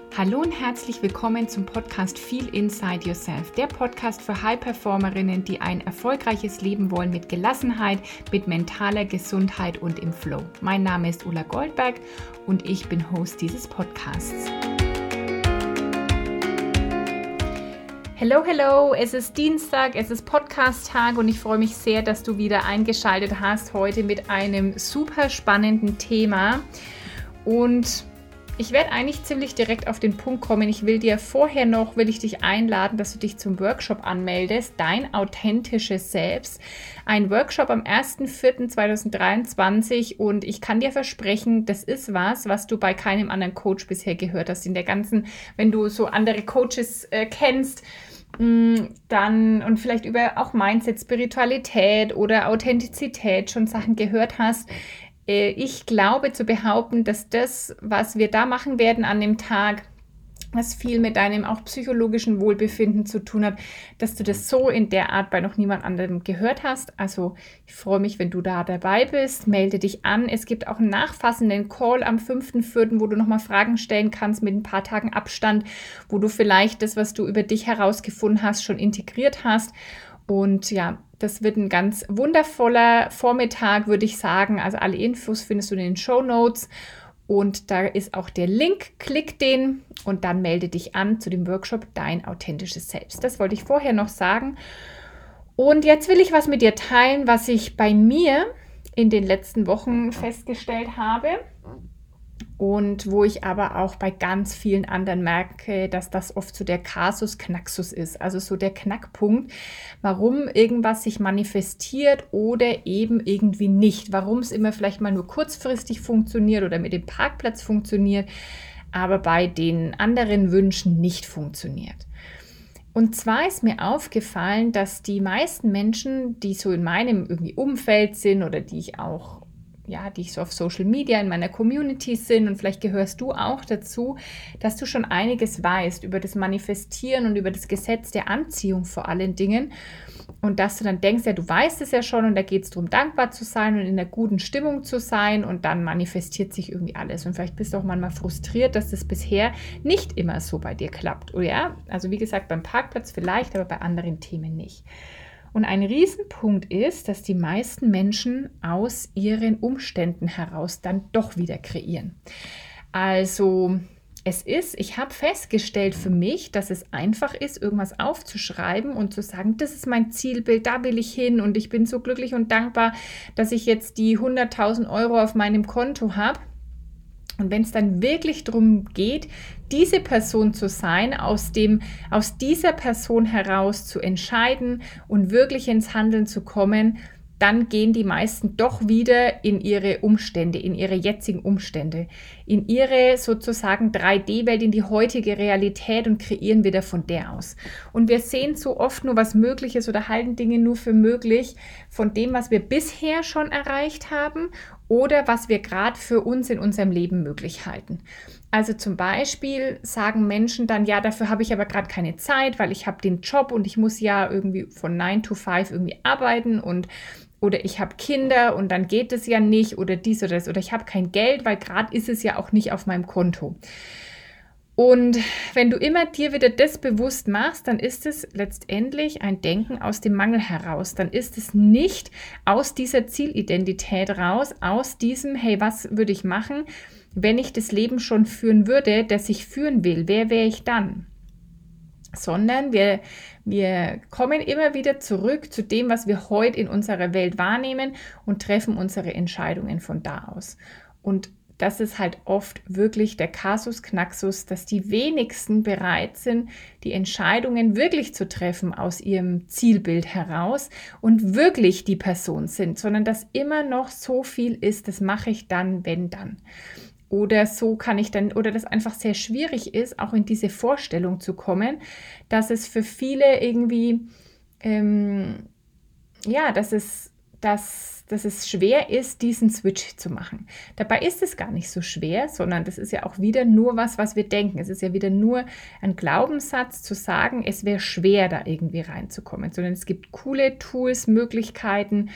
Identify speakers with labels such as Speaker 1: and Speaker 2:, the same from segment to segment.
Speaker 1: Hallo und herzlich willkommen zum Podcast Feel Inside Yourself, der Podcast für High-Performerinnen, die ein erfolgreiches Leben wollen mit Gelassenheit, mit mentaler Gesundheit und im Flow. Mein Name ist Ulla Goldberg und ich bin Host dieses Podcasts. Hello, es ist Dienstag, es ist Podcast-Tag und ich freue mich sehr, dass du wieder eingeschaltet hast, heute mit einem super spannenden Thema. Und ich werde eigentlich ziemlich direkt auf den Punkt kommen. Ich will ich dich einladen, dass du dich zum Workshop anmeldest, dein authentisches Selbst. Ein Workshop am 1.4.2023 und ich kann dir versprechen, das ist was du bei keinem anderen Coach bisher gehört hast. In der ganzen, wenn du so andere Coaches kennst, dann und vielleicht über auch Mindset, Spiritualität oder Authentizität schon Sachen gehört hast. Ich glaube zu behaupten, dass das, was wir da machen werden an dem Tag, was viel mit deinem auch psychologischen Wohlbefinden zu tun hat, dass du das so in der Art bei noch niemand anderem gehört hast. Also ich freue mich, wenn du da dabei bist. Melde dich an. Es gibt auch einen nachfassenden Call am 5.4., wo du nochmal Fragen stellen kannst mit ein paar Tagen Abstand, wo du vielleicht das, was du über dich herausgefunden hast, schon integriert hast. Und ja, das wird ein ganz wundervoller Vormittag, würde ich sagen. Also alle Infos findest du in den Shownotes. Und da ist auch der Link, klick den und dann melde dich an zu dem Workshop Dein authentisches Selbst. Das wollte ich vorher noch sagen. Und jetzt will ich was mit dir teilen, was ich bei mir in den letzten Wochen festgestellt habe und wo ich aber auch bei ganz vielen anderen merke, dass das oft so der Kasus Knaxus ist, also so der Knackpunkt, warum irgendwas sich manifestiert oder eben irgendwie nicht, warum es immer vielleicht mal nur kurzfristig funktioniert oder mit dem Parkplatz funktioniert, aber bei den anderen Wünschen nicht funktioniert. Und zwar ist mir aufgefallen, dass die meisten Menschen, die so in meinem irgendwie Umfeld sind oder die ich so auf Social Media in meiner Community sind und vielleicht gehörst du auch dazu, dass du schon einiges weißt über das Manifestieren und über das Gesetz der Anziehung vor allen Dingen und dass du dann denkst, ja, du weißt es ja schon und da geht es darum, dankbar zu sein und in einer guten Stimmung zu sein und dann manifestiert sich irgendwie alles und vielleicht bist du auch manchmal frustriert, dass das bisher nicht immer so bei dir klappt. Oh ja, also wie gesagt, beim Parkplatz vielleicht, aber bei anderen Themen nicht. Und ein Riesenpunkt ist, dass die meisten Menschen aus ihren Umständen heraus dann doch wieder kreieren. Also ich habe festgestellt für mich, dass es einfach ist, irgendwas aufzuschreiben und zu sagen, das ist mein Zielbild, da will ich hin und ich bin so glücklich und dankbar, dass ich jetzt die 100.000 Euro auf meinem Konto habe. Und wenn es dann wirklich darum geht, diese Person zu sein, aus dieser Person heraus zu entscheiden und wirklich ins Handeln zu kommen, dann gehen die meisten doch wieder in ihre Umstände, in ihre jetzigen Umstände, in ihre sozusagen 3D-Welt, in die heutige Realität und kreieren wieder von der aus. Und wir sehen so oft nur was Mögliches oder halten Dinge nur für möglich von dem, was wir bisher schon erreicht haben oder was wir gerade für uns in unserem Leben möglich halten. Also zum Beispiel sagen Menschen dann, ja, dafür habe ich aber gerade keine Zeit, weil ich habe den Job und ich muss ja irgendwie von 9 to 5 irgendwie arbeiten oder ich habe Kinder und dann geht es ja nicht oder dies oder das oder ich habe kein Geld, weil gerade ist es ja auch nicht auf meinem Konto. Und wenn du immer dir wieder das bewusst machst, dann ist es letztendlich ein Denken aus dem Mangel heraus. Dann ist es nicht aus dieser Zielidentität raus, aus diesem, hey, was würde ich machen, wenn ich das Leben schon führen würde, das ich führen will? Wer wäre ich dann? Sondern wir kommen immer wieder zurück zu dem, was wir heute in unserer Welt wahrnehmen und treffen unsere Entscheidungen von da aus. Und das ist halt oft wirklich der Kasus Knaxus, dass die wenigsten bereit sind, die Entscheidungen wirklich zu treffen aus ihrem Zielbild heraus und wirklich die Person sind, sondern dass immer noch so viel ist, das mache ich dann, wenn dann. Oder so kann ich dann, oder das einfach sehr schwierig ist, auch in diese Vorstellung zu kommen, dass es für viele irgendwie, dass es schwer ist, diesen Switch zu machen. Dabei ist es gar nicht so schwer, sondern das ist ja auch wieder nur was wir denken. Es ist ja wieder nur ein Glaubenssatz zu sagen, es wäre schwer, da irgendwie reinzukommen, sondern es gibt coole Tools, Möglichkeiten,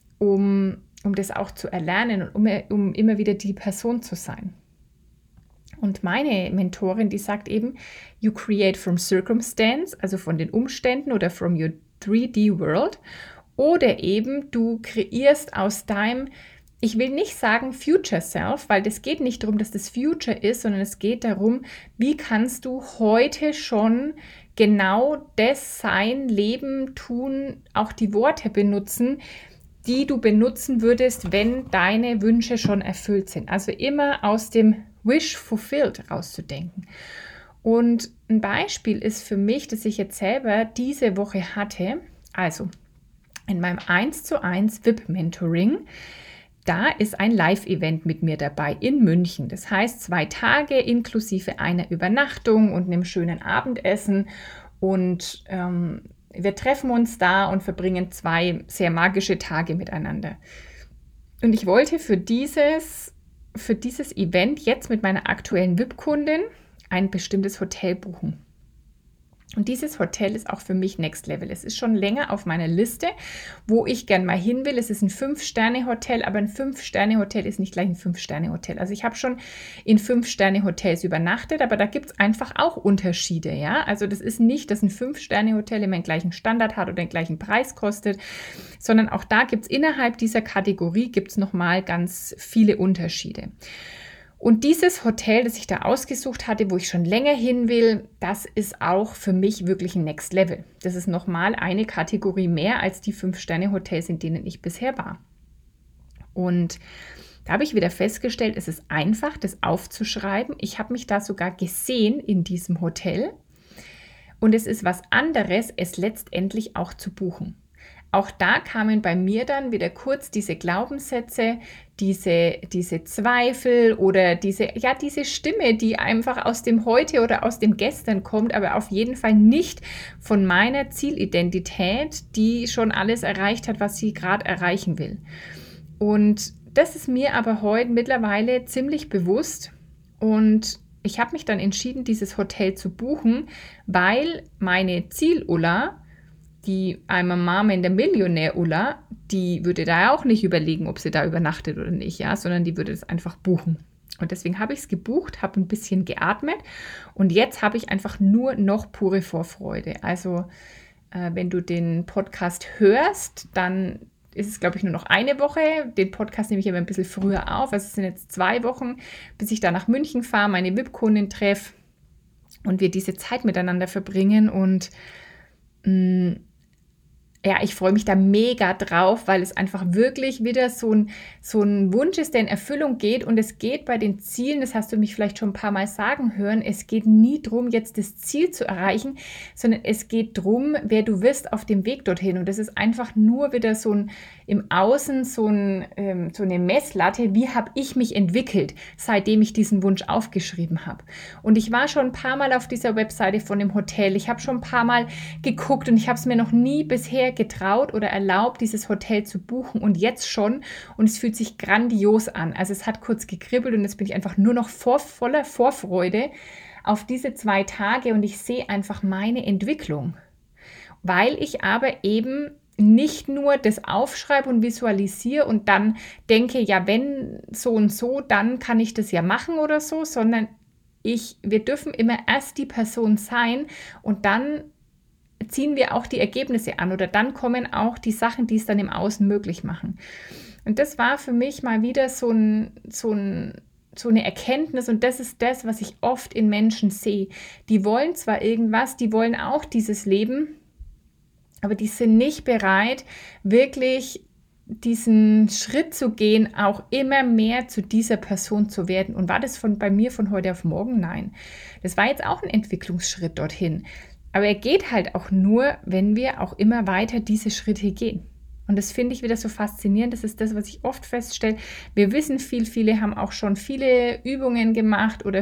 Speaker 1: um das auch zu erlernen und um immer wieder die Person zu sein. Und meine Mentorin, die sagt eben, you create from circumstance, also von den Umständen oder from your 3D world, oder eben du kreierst aus deinem, ich will nicht sagen Future Self, weil das geht nicht darum, dass das Future ist, sondern es geht darum, wie kannst du heute schon genau das sein, leben, tun, auch die Worte benutzen, die du benutzen würdest, wenn deine Wünsche schon erfüllt sind. Also immer aus dem Wish fulfilled rauszudenken. Und ein Beispiel ist für mich, dass ich jetzt selber diese Woche hatte, also in meinem 1:1 VIP-Mentoring, da ist ein Live-Event mit mir dabei in München. Das heißt 2 Tage inklusive einer Übernachtung und einem schönen Abendessen. Und wir treffen uns da und verbringen 2 sehr magische Tage miteinander. Und ich wollte für dieses Event jetzt mit meiner aktuellen VIP-Kundin ein bestimmtes Hotel buchen. Und dieses Hotel ist auch für mich Next Level. Es ist schon länger auf meiner Liste, wo ich gern mal hin will. Es ist ein 5-Sterne-Hotel, aber ein 5-Sterne-Hotel ist nicht gleich ein 5-Sterne-Hotel. Also ich habe schon in 5-Sterne-Hotels übernachtet, aber da gibt es einfach auch Unterschiede. Ja? Also das ist nicht, dass ein 5-Sterne-Hotel immer den gleichen Standard hat oder den gleichen Preis kostet, sondern auch da gibt es innerhalb dieser Kategorie nochmal ganz viele Unterschiede. Und dieses Hotel, das ich da ausgesucht hatte, wo ich schon länger hin will, das ist auch für mich wirklich ein Next Level. Das ist nochmal eine Kategorie mehr als die 5-Sterne-Hotels, in denen ich bisher war. Und da habe ich wieder festgestellt, es ist einfach, das aufzuschreiben. Ich habe mich da sogar gesehen in diesem Hotel. Und es ist was anderes, es letztendlich auch zu buchen. Auch da kamen bei mir dann wieder kurz diese Glaubenssätze, diese Zweifel oder diese Stimme, die einfach aus dem Heute oder aus dem Gestern kommt, aber auf jeden Fall nicht von meiner Zielidentität, die schon alles erreicht hat, was sie gerade erreichen will. Und das ist mir aber heute mittlerweile ziemlich bewusst und ich habe mich dann entschieden, dieses Hotel zu buchen, weil meine Ziel-Ulla, die I'm a Mom and a Millionaire Ulla, die würde da auch nicht überlegen, ob sie da übernachtet oder nicht, ja, sondern die würde das einfach buchen. Und deswegen habe ich es gebucht, habe ein bisschen geatmet und jetzt habe ich einfach nur noch pure Vorfreude. Also wenn du den Podcast hörst, dann ist es, glaube ich, nur noch eine Woche. Den Podcast nehme ich aber ein bisschen früher auf. Also es sind jetzt 2 Wochen, bis ich da nach München fahre, meine VIP-Kundin treffe und wir diese Zeit miteinander verbringen und ja, ich freue mich da mega drauf, weil es einfach wirklich wieder so ein Wunsch ist, der in Erfüllung geht. Und es geht bei den Zielen, das hast du mich vielleicht schon ein paar Mal sagen hören, es geht nie darum, jetzt das Ziel zu erreichen, sondern es geht darum, wer du wirst auf dem Weg dorthin. Und das ist einfach nur wieder so ein im Außen, so eine Messlatte, wie habe ich mich entwickelt, seitdem ich diesen Wunsch aufgeschrieben habe. Und ich war schon ein paar Mal auf dieser Webseite von dem Hotel, ich habe schon ein paar Mal geguckt und ich habe es mir noch nie bisher getraut oder erlaubt, dieses Hotel zu buchen und jetzt schon und es fühlt sich grandios an. Also es hat kurz gekribbelt und jetzt bin ich einfach nur noch voller Vorfreude auf diese 2 Tage und ich sehe einfach meine Entwicklung, weil ich aber eben nicht nur das aufschreibe und visualisiere und dann denke, ja, wenn so und so, dann kann ich das ja machen oder so, sondern wir dürfen immer erst die Person sein und dann ziehen wir auch die Ergebnisse an oder dann kommen auch die Sachen, die es dann im Außen möglich machen. Und das war für mich mal wieder so eine Erkenntnis und das ist das, was ich oft in Menschen sehe. Die wollen zwar irgendwas, die wollen auch dieses Leben, aber die sind nicht bereit, wirklich diesen Schritt zu gehen, auch immer mehr zu dieser Person zu werden. Und war das bei mir von heute auf morgen? Nein. Das war jetzt auch ein Entwicklungsschritt dorthin. Aber er geht halt auch nur, wenn wir auch immer weiter diese Schritte gehen. Und das finde ich wieder so faszinierend. Das ist das, was ich oft feststelle. Wir wissen viele haben auch schon viele Übungen gemacht oder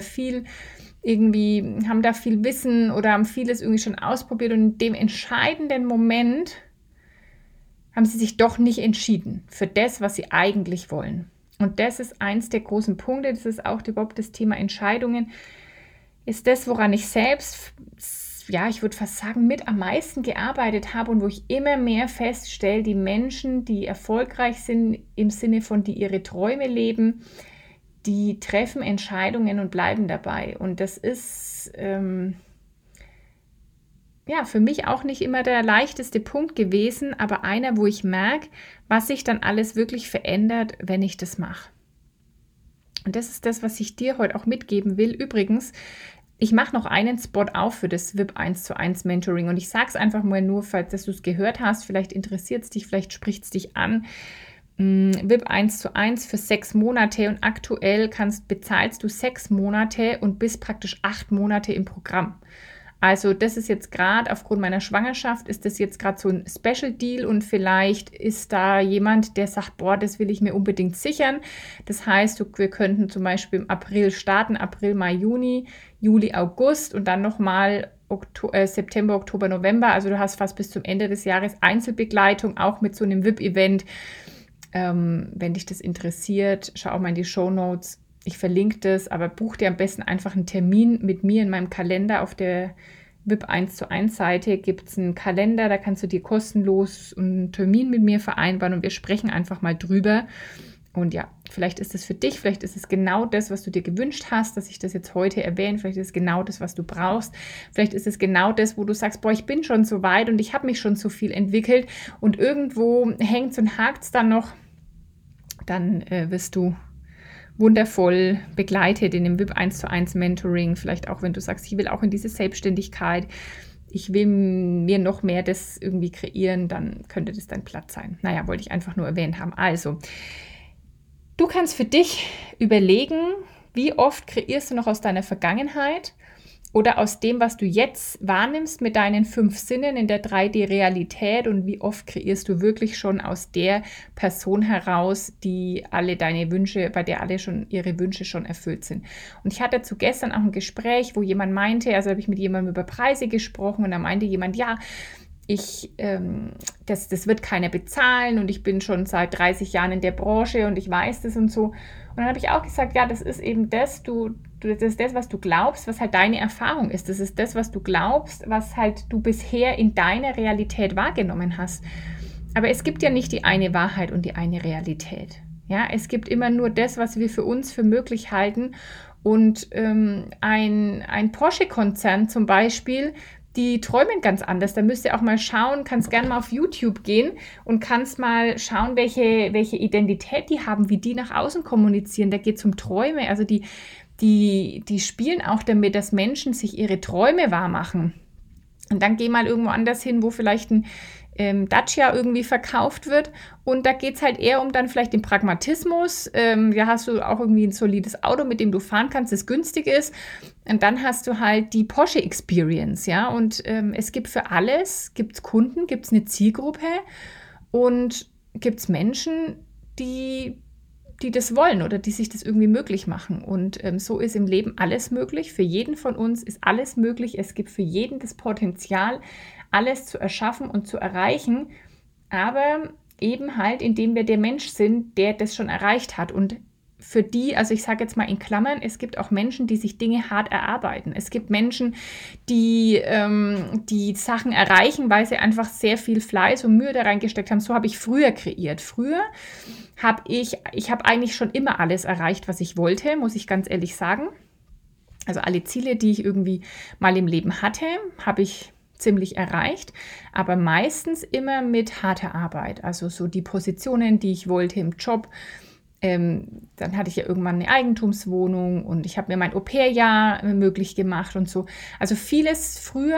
Speaker 1: haben da viel Wissen oder haben vieles irgendwie schon ausprobiert. Und in dem entscheidenden Moment haben sie sich doch nicht entschieden für das, was sie eigentlich wollen. Und das ist eins der großen Punkte. Das ist auch überhaupt das Thema Entscheidungen. Ist das, woran ich selbst, ja, ich würde fast sagen, mit am meisten gearbeitet habe und wo ich immer mehr feststelle, die Menschen, die erfolgreich sind im Sinne von, die ihre Träume leben, die treffen Entscheidungen und bleiben dabei. Und das ist für mich auch nicht immer der leichteste Punkt gewesen, aber einer, wo ich merke, was sich dann alles wirklich verändert, wenn ich das mache. Und das ist das, was ich dir heute auch mitgeben will. Übrigens, ich mache noch einen Spot auf für das VIP 1:1 Mentoring und ich sage es einfach mal nur, falls du es gehört hast, vielleicht interessiert es dich, vielleicht spricht es dich an. VIP 1:1 für 6 Monate und aktuell bezahlst du 6 Monate und bist praktisch 8 Monate im Programm. Also das ist jetzt gerade, aufgrund meiner Schwangerschaft, ist das jetzt gerade so ein Special Deal und vielleicht ist da jemand, der sagt, boah, das will ich mir unbedingt sichern. Das heißt, wir könnten zum Beispiel im April starten, April, Mai, Juni, Juli, August und dann nochmal September, Oktober, November. Also du hast fast bis zum Ende des Jahres Einzelbegleitung, auch mit so einem VIP-Event. Wenn dich das interessiert, schau auch mal in die Shownotes. Ich verlinke das, aber buch dir am besten einfach einen Termin mit mir in meinem Kalender. Auf der VIP 1:1 Seite gibt es einen Kalender, da kannst du dir kostenlos einen Termin mit mir vereinbaren und wir sprechen einfach mal drüber. Und ja, vielleicht ist es für dich, vielleicht ist es genau das, was du dir gewünscht hast, dass ich das jetzt heute erwähne. Vielleicht ist es genau das, was du brauchst. Vielleicht ist es genau das, wo du sagst, boah, ich bin schon so weit und ich habe mich schon so viel entwickelt und irgendwo hängt es und hakt es dann noch. Dann wirst du wundervoll begleitet in dem VIP 1:1 Mentoring. Vielleicht auch, wenn du sagst, ich will auch in diese Selbstständigkeit, ich will mir noch mehr das irgendwie kreieren, dann könnte das dein Platz sein. Naja, wollte ich einfach nur erwähnt haben. Also, du kannst für dich überlegen, wie oft kreierst du noch aus deiner Vergangenheit oder aus dem, was du jetzt wahrnimmst mit deinen 5 Sinnen in der 3D-Realität und wie oft kreierst du wirklich schon aus der Person heraus, die alle deine Wünsche, bei der alle schon ihre Wünsche schon erfüllt sind. Und ich hatte zu gestern auch ein Gespräch, wo jemand meinte, also habe ich mit jemandem über Preise gesprochen und da meinte jemand, ja, das wird keiner bezahlen und ich bin schon seit 30 Jahren in der Branche und ich weiß das und so. Und dann habe ich auch gesagt, ja, das ist eben das, das ist das, was du glaubst, was halt deine Erfahrung ist. Das ist das, was du glaubst, was halt du bisher in deiner Realität wahrgenommen hast. Aber es gibt ja nicht die eine Wahrheit und die eine Realität. Ja, es gibt immer nur das, was wir für uns für möglich halten. Und ein Porsche-Konzern zum Beispiel, die träumen ganz anders. Da müsst ihr auch mal schauen, kannst gerne mal auf YouTube gehen und kannst mal schauen, welche Identität die haben, wie die nach außen kommunizieren. Da geht es um Träume. Also die spielen auch damit, dass Menschen sich ihre Träume wahrmachen. Und dann geh mal irgendwo anders hin, wo vielleicht ein Dacia irgendwie verkauft wird und da geht es halt eher um dann vielleicht den Pragmatismus, ja, hast du auch irgendwie ein solides Auto, mit dem du fahren kannst, das günstig ist und dann hast du halt die Porsche Experience, ja, und es gibt für alles, gibt es Kunden, gibt es eine Zielgruppe und gibt es Menschen, die das wollen oder die sich das irgendwie möglich machen. Und so ist im Leben alles möglich. Für jeden von uns ist alles möglich. Es gibt für jeden das Potenzial, alles zu erschaffen und zu erreichen. Aber eben halt, indem wir der Mensch sind, der das schon erreicht hat. Und für die, also ich sage jetzt mal in Klammern, es gibt auch Menschen, die sich Dinge hart erarbeiten. Es gibt Menschen, die Sachen erreichen, weil sie einfach sehr viel Fleiß und Mühe da reingesteckt haben. So habe ich früher kreiert. Früher habe ich eigentlich schon immer alles erreicht, was ich wollte, muss ich ganz ehrlich sagen. Also alle Ziele, die ich irgendwie mal im Leben hatte, habe ich ziemlich erreicht, aber meistens immer mit harter Arbeit. Also so die Positionen, die ich wollte im Job. Dann hatte ich ja irgendwann eine Eigentumswohnung und ich habe mir mein Au-pair-Jahr möglich gemacht und so. Also vieles früher,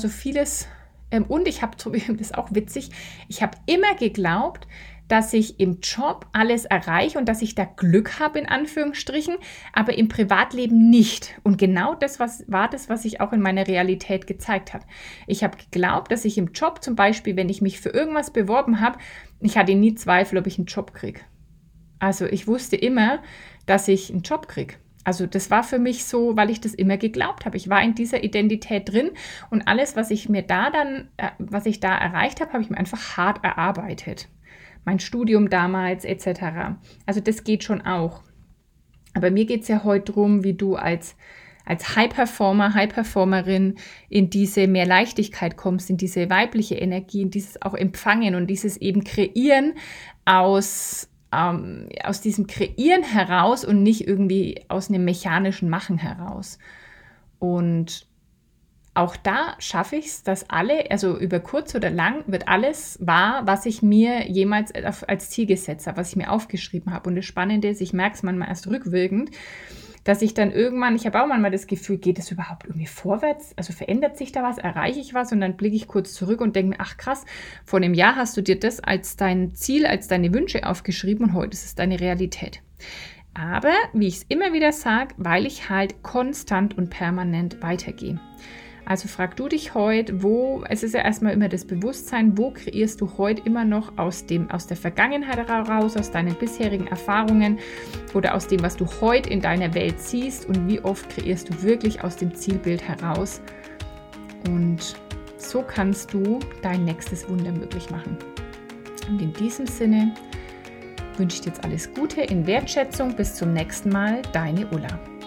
Speaker 1: und ich habe, das ist auch witzig, ich habe immer geglaubt, dass ich im Job alles erreiche und dass ich da Glück habe, in Anführungsstrichen, aber im Privatleben nicht. Und genau das war das, was sich auch in meiner Realität gezeigt hat. Ich habe geglaubt, dass ich im Job zum Beispiel, wenn ich mich für irgendwas beworben habe, ich hatte nie Zweifel, ob ich einen Job kriege. Also ich wusste immer, dass ich einen Job kriege. Also das war für mich so, weil ich das immer geglaubt habe. Ich war in dieser Identität drin und alles, was ich da erreicht habe, habe ich mir einfach hart erarbeitet. Mein Studium damals etc. Also das geht schon auch. Aber mir geht es ja heute darum, wie du als High-Performer, High-Performerin in diese mehr Leichtigkeit kommst, in diese weibliche Energie, in dieses auch Empfangen und dieses eben Kreieren aus aus diesem Kreieren heraus und nicht irgendwie aus einem mechanischen Machen heraus. Und auch da schaffe ich es, dass also über kurz oder lang wird alles wahr, was ich mir jemals als Ziel gesetzt habe, was ich mir aufgeschrieben habe. Und das Spannende ist, ich merke es manchmal erst rückwirkend, dass ich dann irgendwann, ich habe auch manchmal das Gefühl, geht es überhaupt irgendwie vorwärts? Also verändert sich da was? Erreiche ich was? Und dann blicke ich kurz zurück und denke mir, ach krass, vor einem Jahr hast du dir das als dein Ziel, als deine Wünsche aufgeschrieben und heute ist es deine Realität. Aber, wie ich es immer wieder sage, weil ich halt konstant und permanent weitergehe. Also frag du dich heute, es ist ja erstmal immer das Bewusstsein, wo kreierst du heute immer noch aus der Vergangenheit heraus, aus deinen bisherigen Erfahrungen oder aus dem, was du heute in deiner Welt siehst und wie oft kreierst du wirklich aus dem Zielbild heraus. Und so kannst du dein nächstes Wunder möglich machen. Und in diesem Sinne wünsche ich dir jetzt alles Gute in Wertschätzung. Bis zum nächsten Mal, deine Ulla.